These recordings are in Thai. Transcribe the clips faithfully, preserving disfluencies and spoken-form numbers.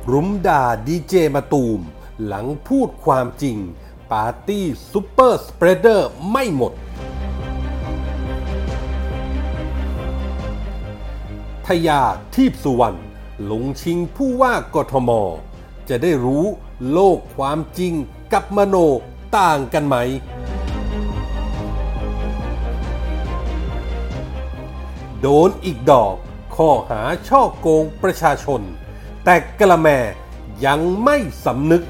รุมด่าดีเจมะตูมหลังพูดความจริงปาร์ตี้ซุปเปอร์สเปรดเดอร์ไม่หมดทยาทีพสุวรรณลงชิงผู้ว่ากทม.จะได้รู้โลกความจริงกับมโนต่างกันไหมโดนอีกดอกข้อหาช่อโกงประชาชนแต่กะละแมยังไม่สำนึก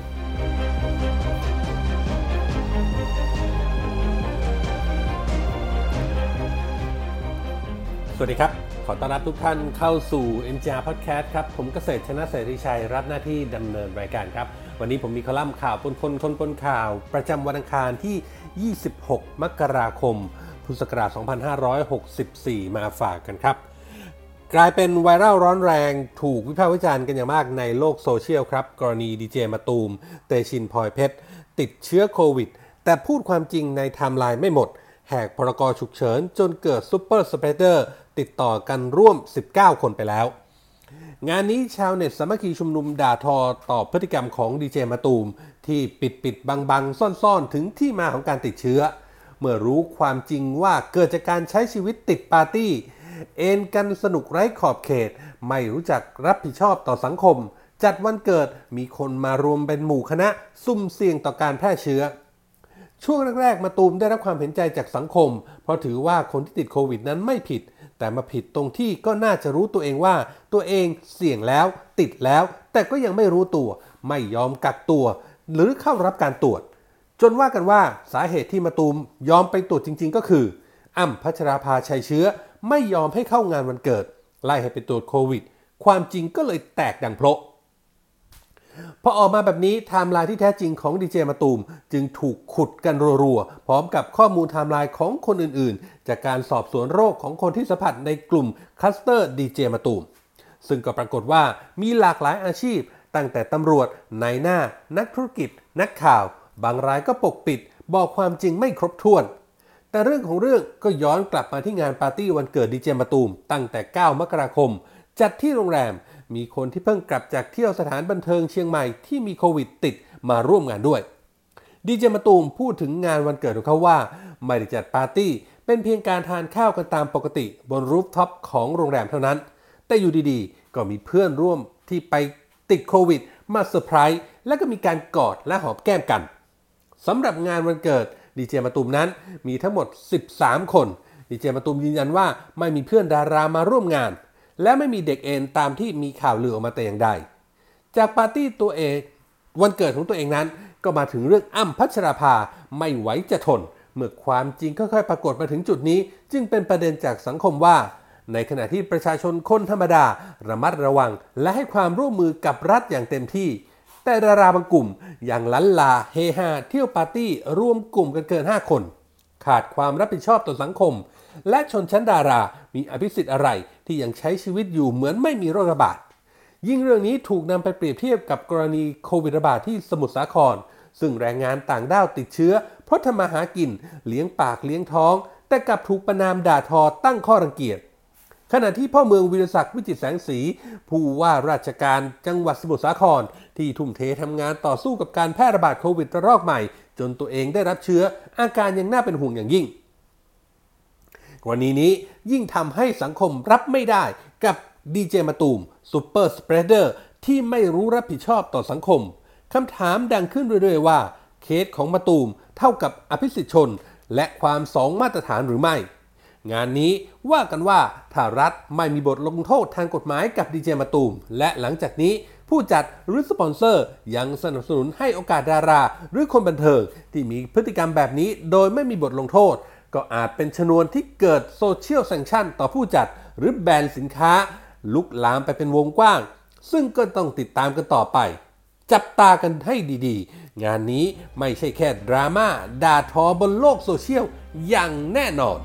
สวัสดีครับขอต้อนรับทุกท่านเข้าสู่ เอ็ม จี อาร์ Podcast ครับผมเกษตรชนะเสรีชัยรับหน้าที่ดำเนินรายการครับวันนี้ผมมีคอลัมน์ข่าวปนคนคนปนข่าวประจำวันอังคารที่ยี่สิบหกมกราคมพุทธศักราชสองพันห้าร้อยหกสิบสี่มาฝากกันครับกลายเป็นไวรัลร้อนแรงถูกวิพากษ์วิจารณ์กันอย่างมากในโลกโซเชียลครับกรณีดีเจมะตูมเตชินพลอยเพชรติดเชื้อโควิดแต่พูดความจริงในไทม์ไลน์ไม่หมดแหกพรกฉุกเฉินจนเกิดซุปเปอร์สเปรดเดอร์ติดต่อกันร่วมสิบเก้าคนไปแล้วงานนี้ชาวเน็ตสามัคคีชุมนุมด่าทอต่อพฤติกรรมของดีเจมะตูมที่ปิดปิดบังบังซ่อนๆถึงที่มาของการติดเชื้อเมื่อรู้ความจริงว่าเกิดจากการใช้ชีวิตติดปาร์ตี้เอนกันสนุกไร้ขอบเขตไม่รู้จักรับผิดชอบต่อสังคมจัดวันเกิดมีคนมารวมเป็นหมู่คณะซุ่มเสี่ยงต่อการแพร่เชื้อช่วงแรกๆมะตูมได้รับความเห็นใจจากสังคมเพราะถือว่าคนที่ติดโควิดนั้นไม่ผิดแต่มาผิดตรงที่ก็น่าจะรู้ตัวเองว่าตัวเองเสี่ยงแล้วติดแล้วแต่ก็ยังไม่รู้ตัวไม่ยอมกักตัวหรือเข้ารับการตรวจจนว่ากันว่าสาเหตุที่มะตูมยอมไปตรวจจริงๆก็คืออ้ำพัชราภาชัยเชื้อไม่ยอมให้เข้างานวันเกิดไล่ให้ไปตรวจโควิดความจริงก็เลยแตกดังโพละพอออกมาแบบนี้ไทม์ไลน์ที่แท้จริงของดีเจมะตูมจึงถูกขุดกันรัวๆพร้อมกับข้อมูลไทม์ไลน์ของคนอื่นๆจากการสอบสวนโรคของคนที่สัมผัสในกลุ่มคลัสเตอร์ดีเจมะตูมซึ่งก็ปรากฏว่ามีหลากหลายอาชีพตั้งแต่ตำรวจนายหน้านักธุรกิจนักข่าวบางรายก็ปกปิดบอกความจริงไม่ครบถ้วนแต่เรื่องของเรื่องก็ย้อนกลับมาที่งานปาร์ตี้วันเกิดดีเจมะตูมตั้งแต่เก้ามกราคมจัดที่โรงแรมมีคนที่เพิ่งกลับจากเที่ยวสถานบันเทิงเชียงใหม่ที่มีโควิดติดมาร่วมงานด้วยดีเจมะตูมพูดถึงงานวันเกิดของเขาว่าไม่ได้จัดปาร์ตี้เป็นเพียงการทานข้าวกันตามปกติบนรูฟท็อปของโรงแรมเท่านั้นแต่อยู่ดีๆก็มีเพื่อนร่วมที่ไปติดโควิดมาเซอร์ไพรส์และก็มีการกอดและหอมแก้มกันสำหรับงานวันเกิดดีเจมะตูมนั้นมีทั้งหมดสิบสามคนดีเจมะตูมยืนยันว่าไม่มีเพื่อนดารามาร่วมงานและไม่มีเด็กเอ็นตามที่มีข่าวลือออกมาแต่อย่างใดจากปาร์ตี้ตัวเองวันเกิดของตัวเองนั้นก็มาถึงเรื่องอ้ำพัชราภาไม่ไหวจะทนเมื่อความจริงค่อยๆปรากฏมาถึงจุดนี้จึงเป็นประเด็นจากสังคมว่าในขณะที่ประชาชนคนธรรมดาระมัดระวังและให้ความร่วมมือกับรัฐอย่างเต็มที่แต่ดาราบางกลุ่มอย่างลันลาเฮฮาเที่ยวปาร์ตี้รวมกลุ่มกันเกินห้าคนขาดความรับผิดชอบต่อสังคมและชนชั้นดารามีอภิสิทธิ์อะไรที่ยังใช้ชีวิตอยู่เหมือนไม่มีโรคระบาดยิ่งเรื่องนี้ถูกนำไปเปรียบเทียบกับกรณีโควิดระบาดที่สมุทรสาครซึ่งแรงงานต่างด้าวติดเชื้อเพราะทำมาหากินเลี้ยงปากเลี้ยงท้องแต่กลับถูกประณามด่าทอตั้งข้อรังเกียจขณะที่พ่อเมืองวีรศักดิ์วิจิตรแสงสีผู้ว่าราชการจังหวัดสมุทรสาครที่ทุ่มเททำงานต่อสู้กับการแพร่ระบาดโควิดระลอกใหม่จนตัวเองได้รับเชื้ออาการยังน่าเป็นห่วงอย่างยิ่งกรณีนี้ยิ่งทำให้สังคมรับไม่ได้กับดีเจมะตูมซุปเปอร์สเปรดเดอร์ที่ไม่รู้รับผิดชอบต่อสังคมคำถามดังขึ้นเรื่อยๆว่าเคสของมะตูมเท่ากับอภิสิทธิชนและความสองมาตรฐานหรือไม่งานนี้ว่ากันว่าถ้ารัฐไม่มีบทลงโทษทางกฎหมายกับดีเจมะตูมและหลังจากนี้ผู้จัดหรือสปอนเซอร์ยังสนับสนุนให้โอกาสดาราหรือคนบันเทิงที่มีพฤติกรรมแบบนี้โดยไม่มีบทลงโทษก็อาจเป็นชนวนที่เกิดโซเชียลแซงชั่นต่อผู้จัดหรือแบนสินค้าลุกลามไปเป็นวงกว้างซึ่งก็ต้องติดตามกันต่อไปจับตากันให้ดีๆงานนี้ไม่ใช่แค่ดราม่าด่าทอบนโลกโซเชียลอย่างแน่นอน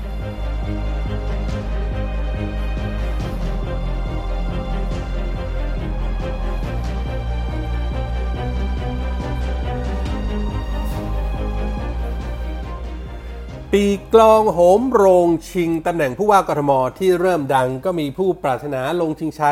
ปีกลองโหมโรงชิงตำแหน่งผู้ว่ากทมที่เริ่มดังก็มีผู้ปรารถนาลงชิงชัย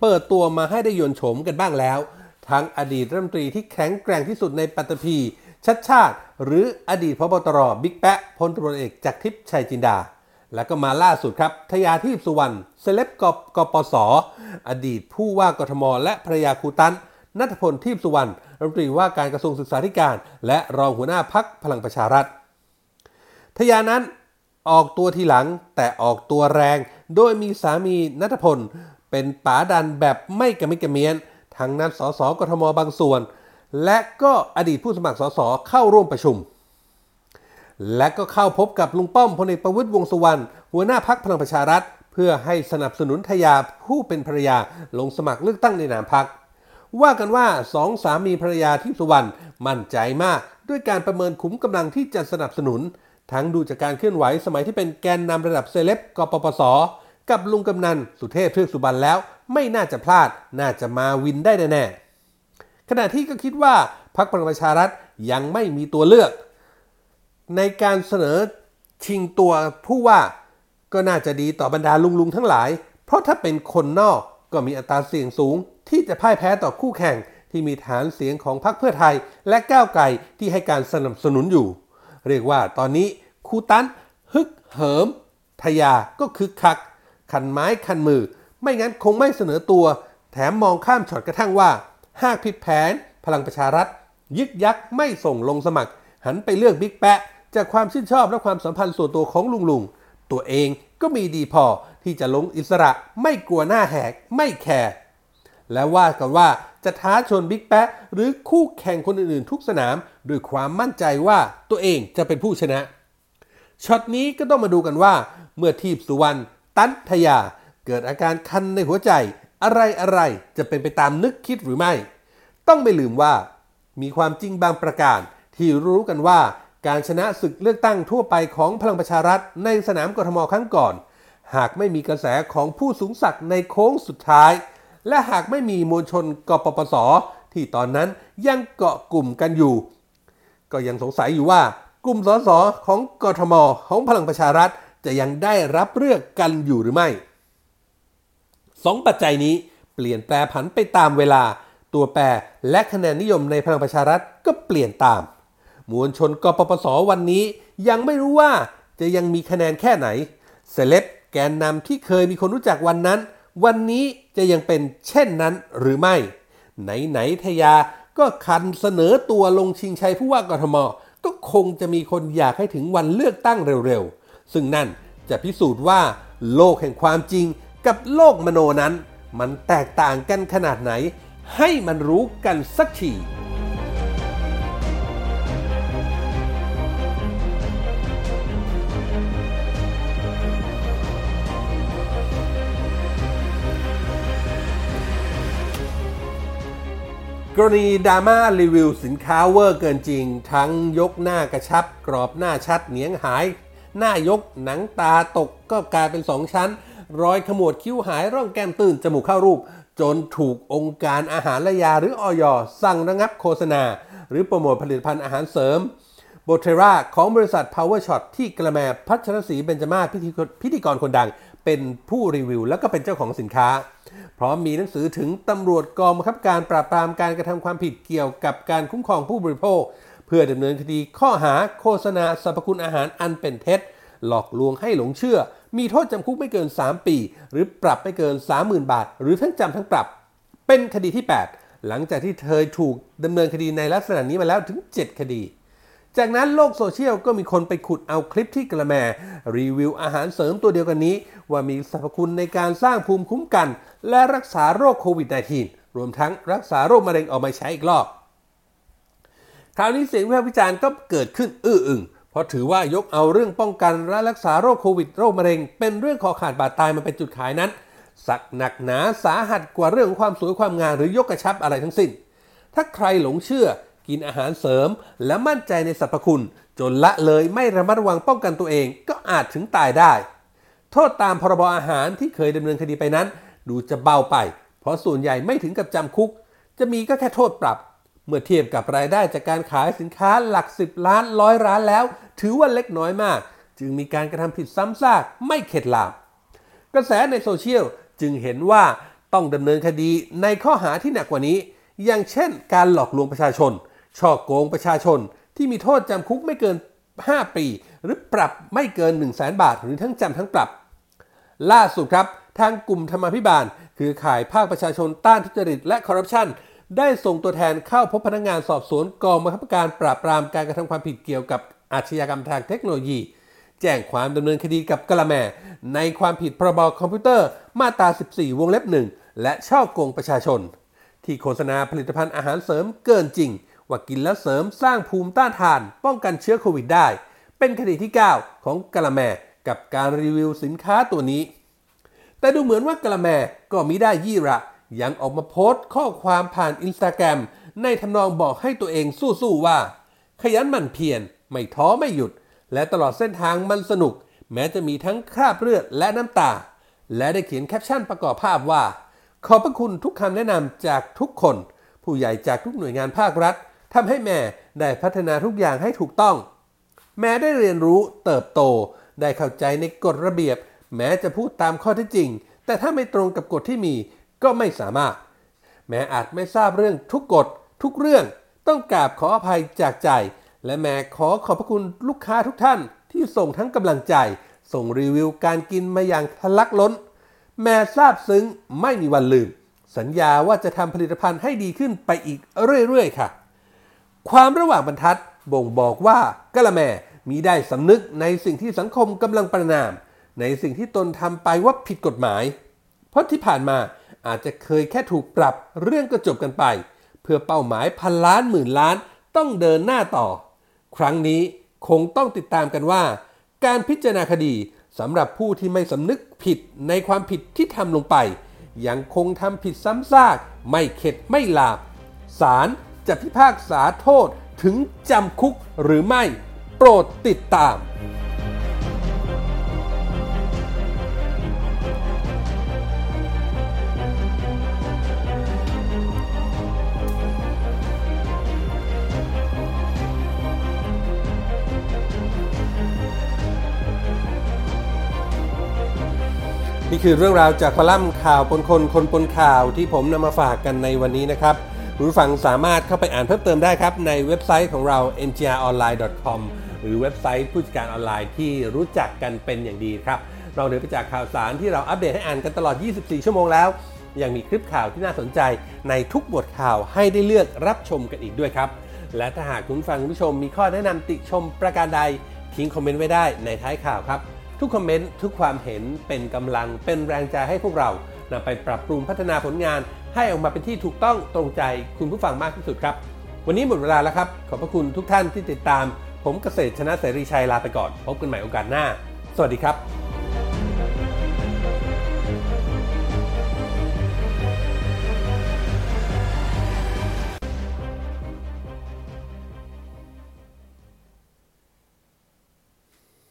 เปิดตัวมาให้ได้ยนต์โฉมกันบ้างแล้วทั้งอดีตรัฐมนตรีที่แข็งแกร่งที่สุดในปัตตภีชัดชาติหรืออดีตผบ.ตร.บิ๊กแป๊ะพลตำรวจเอกจักรทิพย์ชัยจินดาแล้วก็มาล่าสุดครับทยาทีพสุวรรณเซเลบกกปสอดีตผู้ว่ากทมและภรรยาครูตันณัฐพลทีพสุวรรณรัฐมนตรีว่าการกระทรวงศึกษาธิการและรองหัวหน้าพรรคพลังประชารัฐทยานั้นออกตัวทีหลังแต่ออกตัวแรงโดยมีสามีณัฐพลเป็นป๋าดันแบบไม่กระมิดกระเมียนทั้งนั้นสสกทมบางส่วนและก็อดีตผู้สมัครสสเข้าร่วมประชุมและก็เข้าพบกับลุงป้อมพลเอกประวิตรวงษ์สุวรรณหัวหน้าพรรคพลังประชารัฐเพื่อให้สนับสนุนทยาผู้เป็นภรรยาลงสมัครเลือกตั้งในนามพรรคว่ากันว่าสองสามีภรรยาทิพย์สุวรรณมั่นใจมากด้วยการประเมินขุมกำลังที่จะสนับสนุนทั้งดูจากการเคลื่อนไหวสมัยที่เป็นแกนนำระดับเซเลบกปปสกับลุงกำนันสุเทพเทือกสุบรรณแล้วไม่น่าจะพลาดน่าจะมาวินได้แน่ๆขณะที่ก็คิดว่าพรรคพลังประชารัฐยังไม่มีตัวเลือกในการเสนอชิงตัวผู้ว่าก็น่าจะดีต่อบรรดาลุงๆทั้งหลายเพราะถ้าเป็นคนนอกก็มีอัตราเสี่ยงสูงที่จะพ่ายแพ้ต่อคู่แข่งที่มีฐานเสียงของพรรคเพื่อไทยและก้าวไกลที่ให้การสนับสนุนอยู่เรียกว่าตอนนี้ครูตันฮึกเหิมทยาก็คึกคักขันไม้ขันมือไม่งั้นคงไม่เสนอตัวแถมมองข้ามช็อตกระทั่งว่าหากผิดแผนพลังประชารัฐยึกยักไม่ส่งลงสมัครหันไปเลือกบิ๊กแปะจากความชื่นชอบและความสัมพันธ์ส่วนตัวของลุงลุงตัวเองก็มีดีพอที่จะลงอิสระไม่กลัวหน้าแหกไม่แคร์และว่ากันว่าจะท้าชนบิ๊กแปะหรือคู่แข่งคนอื่นๆทุกสนามด้วยความมั่นใจว่าตัวเองจะเป็นผู้ชนะช็อตนี้ก็ต้องมาดูกันว่าเมื่อทีพสุวรรณตันทยาเกิดอาการคันในหัวใจอะไรอะไรจะเป็นไปตามนึกคิดหรือไม่ต้องไม่ลืมว่ามีความจริงบางประการที่รู้กันว่าการชนะศึกเลือกตั้งทั่วไปของพลังประชารัฐในสนามกทมครั้งก่อนหากไม่มีกระแสของผู้สูงศักดิ์ในโค้งสุดท้ายและหากไม่มีมวลชนกปปสที่ตอนนั้นยังเกาะกลุ่มกันอยู่ก็ยังสงสัยอยู่ว่ากลุ่มสสของกทมของพลังประชารัฐจะยังได้รับเลือกกันอยู่หรือไม่สองปัจจัยนี้เปลี่ยนแปลผันไปตามเวลาตัวแปรและคะแนนนิยมในพลังประชารัฐก็เปลี่ยนตามมวลชนกปปสวันนี้ยังไม่รู้ว่าจะยังมีคะแนนแค่ไหนเซเลบแกนนำที่เคยมีคนรู้จักวันนั้นวันนี้จะยังเป็นเช่นนั้นหรือไม่ไหนๆทยาก็คันเสนอตัวลงชิงชัยผู้ว่ากทมก็คงจะมีคนอยากให้ถึงวันเลือกตั้งเร็วๆซึ่งนั่นจะพิสูจน์ว่าโลกแห่งความจริงกับโลกมโนนั้นมันแตกต่างกันขนาดไหนให้มันรู้กันสักทีกรณีดราม่ารีวิวสินค้าเวอร์เกินจริงทั้งยกหน้ากระชับกรอบหน้าชัดเหนียงหายหน้ายกหนังตาตกก็กลายเป็นสองชั้นรอยขมวดคิ้วหายร่องแก้มตื้นจมูกเข้ารูปจนถูกองค์การอาหารและยาหรืออย.สั่งระงับโฆษณาหรือโปรโมทผลิตภัณฑ์อาหารเสริมโบเทราของบริษัท Power Shot ที่กระแมพัชรศรีเบญจมาศพิธีกรคนดังเป็นผู้รีวิวแล้วก็เป็นเจ้าของสินค้าพร้อมมีหนังสือถึงตำรวจกองบังคับการปราบปรามการกระทำความผิดเกี่ยวกับการคุ้มครองผู้บริโภคเพื่อดำเนินคดีข้อหาโฆษณาสรรพคุณอาหารอันเป็นเท็จหลอกลวงให้หลงเชื่อมีโทษจำคุกไม่เกินสามปีหรือปรับไม่เกิน สามหมื่น บาทหรือทั้งจำทั้งปรับเป็นคดีที่แปดหลังจากที่เธอถูกดำเนินคดีในลักษณะนี้มาแล้วถึงเจ็ดคดีจากนั้นโลกโซเชียลก็มีคนไปขุดเอาคลิปที่กระแมรีวิวอาหารเสริมตัวเดียวกันนี้ว่ามีสรรพคุณในการสร้างภูมิคุ้มกันและรักษาโรคโควิด สิบเก้า รวมทั้งรักษาโรคมะเร็งออกมาใช้อีกรอบคราวนี้เสียงวิพากษ์วิจารณ์ก็เกิดขึ้นอื้ออึงเพราะถือว่ายกเอาเรื่องป้องกันและรักษาโรคโควิดโรคมะเร็งเป็นเรื่องคอขาดบาดตายมาเป็นจุดขายนั้นสักหนักหนาสาหัสกว่าเรื่องความสวยความงามหรือยกกระชับอะไรทั้งสิ้นถ้าใครหลงเชื่อกินอาหารเสริมและมั่นใจในสรรพคุณจนละเลยไม่ระมัดระวังป้องกันตัวเองก็อาจถึงตายได้โทษตามพรบอาหารที่เคยดำเนินคดีไปนั้นดูจะเบาไปเพราะส่วนใหญ่ไม่ถึงกับจำคุกจะมีก็แค่โทษปรับเมื่อเทียบกับรายได้จากการขายสินค้าหลักสิบล้านร้อยล้านแล้วถือว่าเล็กน้อยมากจึงมีการกระทำผิดซ้ำซากไม่เข็ดหลาบกระแสในโซเชียลจึงเห็นว่าต้องดำเนินคดีในข้อหาที่หนักกว่านี้อย่างเช่นการหลอกลวงประชาชนฉ้อโกงประชาชนที่มีโทษจำคุกไม่เกินห้าปีหรือปรับไม่เกิน หนึ่งแสน บาทหรือทั้งจำทั้งปรับล่าสุดครับทางกลุ่มธรรมาภิบาลคือข่ายภาคประชาชนต้านทุจริตและคอร์รัปชันได้ส่งตัวแทนเข้าพบพนักงานสอบสวนกองบังคับการปราบปรามการกระทำความผิดเกี่ยวกับอาชญากรรมทางเทคโนโลยีแจ้งความดำเนินคดีกับกะละแมในความผิดพรบคอมพิวเตอร์มาตราสิบสี่วงเล็บหนึ่งและฉ้อโกงประชาชนที่โฆษณาผลิตภัณฑ์อาหารเสริมเกินจริงว่ากินแล้วเสริมสร้างภูมิต้านทานป้องกันเชื้อโควิดได้เป็นคดีที่เก้าของกะละแมกับการรีวิวสินค้าตัวนี้แต่ดูเหมือนว่ากะละแมก็มิได้ยี่ระยังออกมาโพสต์ข้อความผ่าน Instagram ในทำนองบอกให้ตัวเองสู้ๆว่าขยันหมั่นเพียรไม่ท้อไม่หยุดและตลอดเส้นทางมันสนุกแม้จะมีทั้งคราบเลือดและน้ำตาและได้เขียนแคปชั่นประกอบภาพว่าขอบพระคุณทุกคำแนะนำจากทุกคนผู้ใหญ่จากทุกหน่วยงานภาครัฐทำให้แม่ได้พัฒนาทุกอย่างให้ถูกต้องแม้ได้เรียนรู้เติบโตได้เข้าใจในกฎระเบียบแม้จะพูดตามข้อเท็จจริงแต่ถ้าไม่ตรงกับกฎที่มีก็ไม่สามารถแม้อาจไม่ทราบเรื่องทุกกฎทุกเรื่องต้องกราบขออภัยจากใจและแม้ขอขอบพระคุณลูกค้าทุกท่านที่ส่งทั้งกำลังใจส่งรีวิวการกินมาอย่างทะลักล้นแม้ซาบซึ้งไม่มีวันลืมสัญญาว่าจะทำผลิตภัณฑ์ให้ดีขึ้นไปอีกเรื่อยๆค่ะความระหว่างบรรทัดบ่งบอกว่ากะละแมมีได้สำนึกในสิ่งที่สังคมกำลังประณามในสิ่งที่ตนทำไปว่าผิดกฎหมายเพราะที่ผ่านมาอาจจะเคยแค่ถูกปรับเรื่องก็จบกันไปเพื่อเป้าหมายพันล้านหมื่นล้านต้องเดินหน้าต่อครั้งนี้คงต้องติดตามกันว่าการพิจารณาคดีสำหรับผู้ที่ไม่สำนึกผิดในความผิดที่ทำลงไปยังคงทำผิดซ้ำซากไม่เข็ดไม่หลาบศาลจะพิพากษาโทษถึงจำคุกหรือไม่โปรดติดตามนี่คือเรื่องราวจากคอลัมน์ข่าวปนคนคนปนข่าวที่ผมนำมาฝากกันในวันนี้นะครับคุณผู้ฟังสามารถเข้าไปอ่านเพิ่มเติมได้ครับในเว็บไซต์ของเรา เอ็น จี อาร์ ออนไลน์ ดอท คอม หรือเว็บไซต์ผู้จัดการออนไลน์ที่รู้จักกันเป็นอย่างดีครับเราเหนือไปจากข่าวสารที่เราอัปเดตให้อ่านกันตลอดยี่สิบสี่ชั่วโมงแล้วยังมีคลิปข่าวที่น่าสนใจในทุกบทข่าวให้ได้เลือกรับชมกันอีกด้วยครับและถ้าหากคุณฟังคุณผู้ชมมีข้อแนะนำติชมประการใดทิ้งคอมเมนต์ไว้ได้ในท้ายข่าวครับทุกคอมเมนต์ทุกความเห็นเป็นกำลังเป็นแรงใจให้พวกเรานำไปปรับปรุงพัฒนาผลงานให้ออกมาเป็นที่ถูกต้องตรงใจคุณผู้ฟังมากที่สุดครับวันนี้หมดเวลาแล้วครับขอบพระคุณทุกท่านที่ติดตามผมเกษตรชนะเสรีชัยลาไปก่อนพบกันใหม่โอกาสหน้าสวัสดีครับ